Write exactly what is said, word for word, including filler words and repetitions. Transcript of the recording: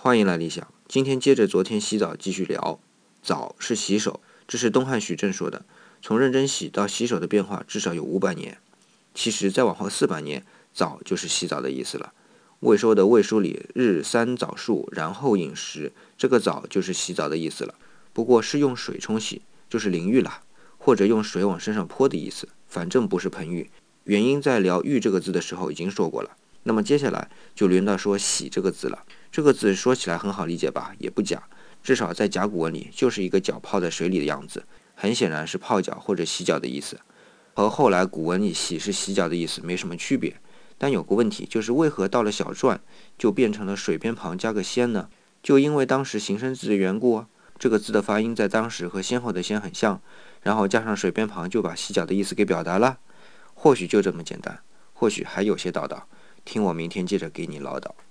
欢迎来理想。今天接着昨天洗澡继续聊。澡是洗手，这是东汉许正说的。从认真洗到洗手的变化至少有五百年。其实再往后四百年，澡就是洗澡的意思了。魏收的《魏书》里日三早漱，然后饮食，这个澡就是洗澡的意思了。不过是用水冲洗，就是淋浴啦，或者用水往身上泼的意思，反正不是盆浴。原因在聊浴这个字的时候已经说过了。那么接下来就轮到说洗这个字了。这个字说起来很好理解吧，也不假，至少在甲骨文里就是一个脚泡在水里的样子，很显然是泡脚或者洗脚的意思，和后来古文里洗是洗脚的意思没什么区别。但有个问题，就是为何到了小篆就变成了水边旁加个先呢？就因为当时形声字的缘故啊，这个字的发音在当时和先后的先很像，然后加上水边旁就把洗脚的意思给表达了。或许就这么简单，或许还有些道道，听我明天接着给你唠叨。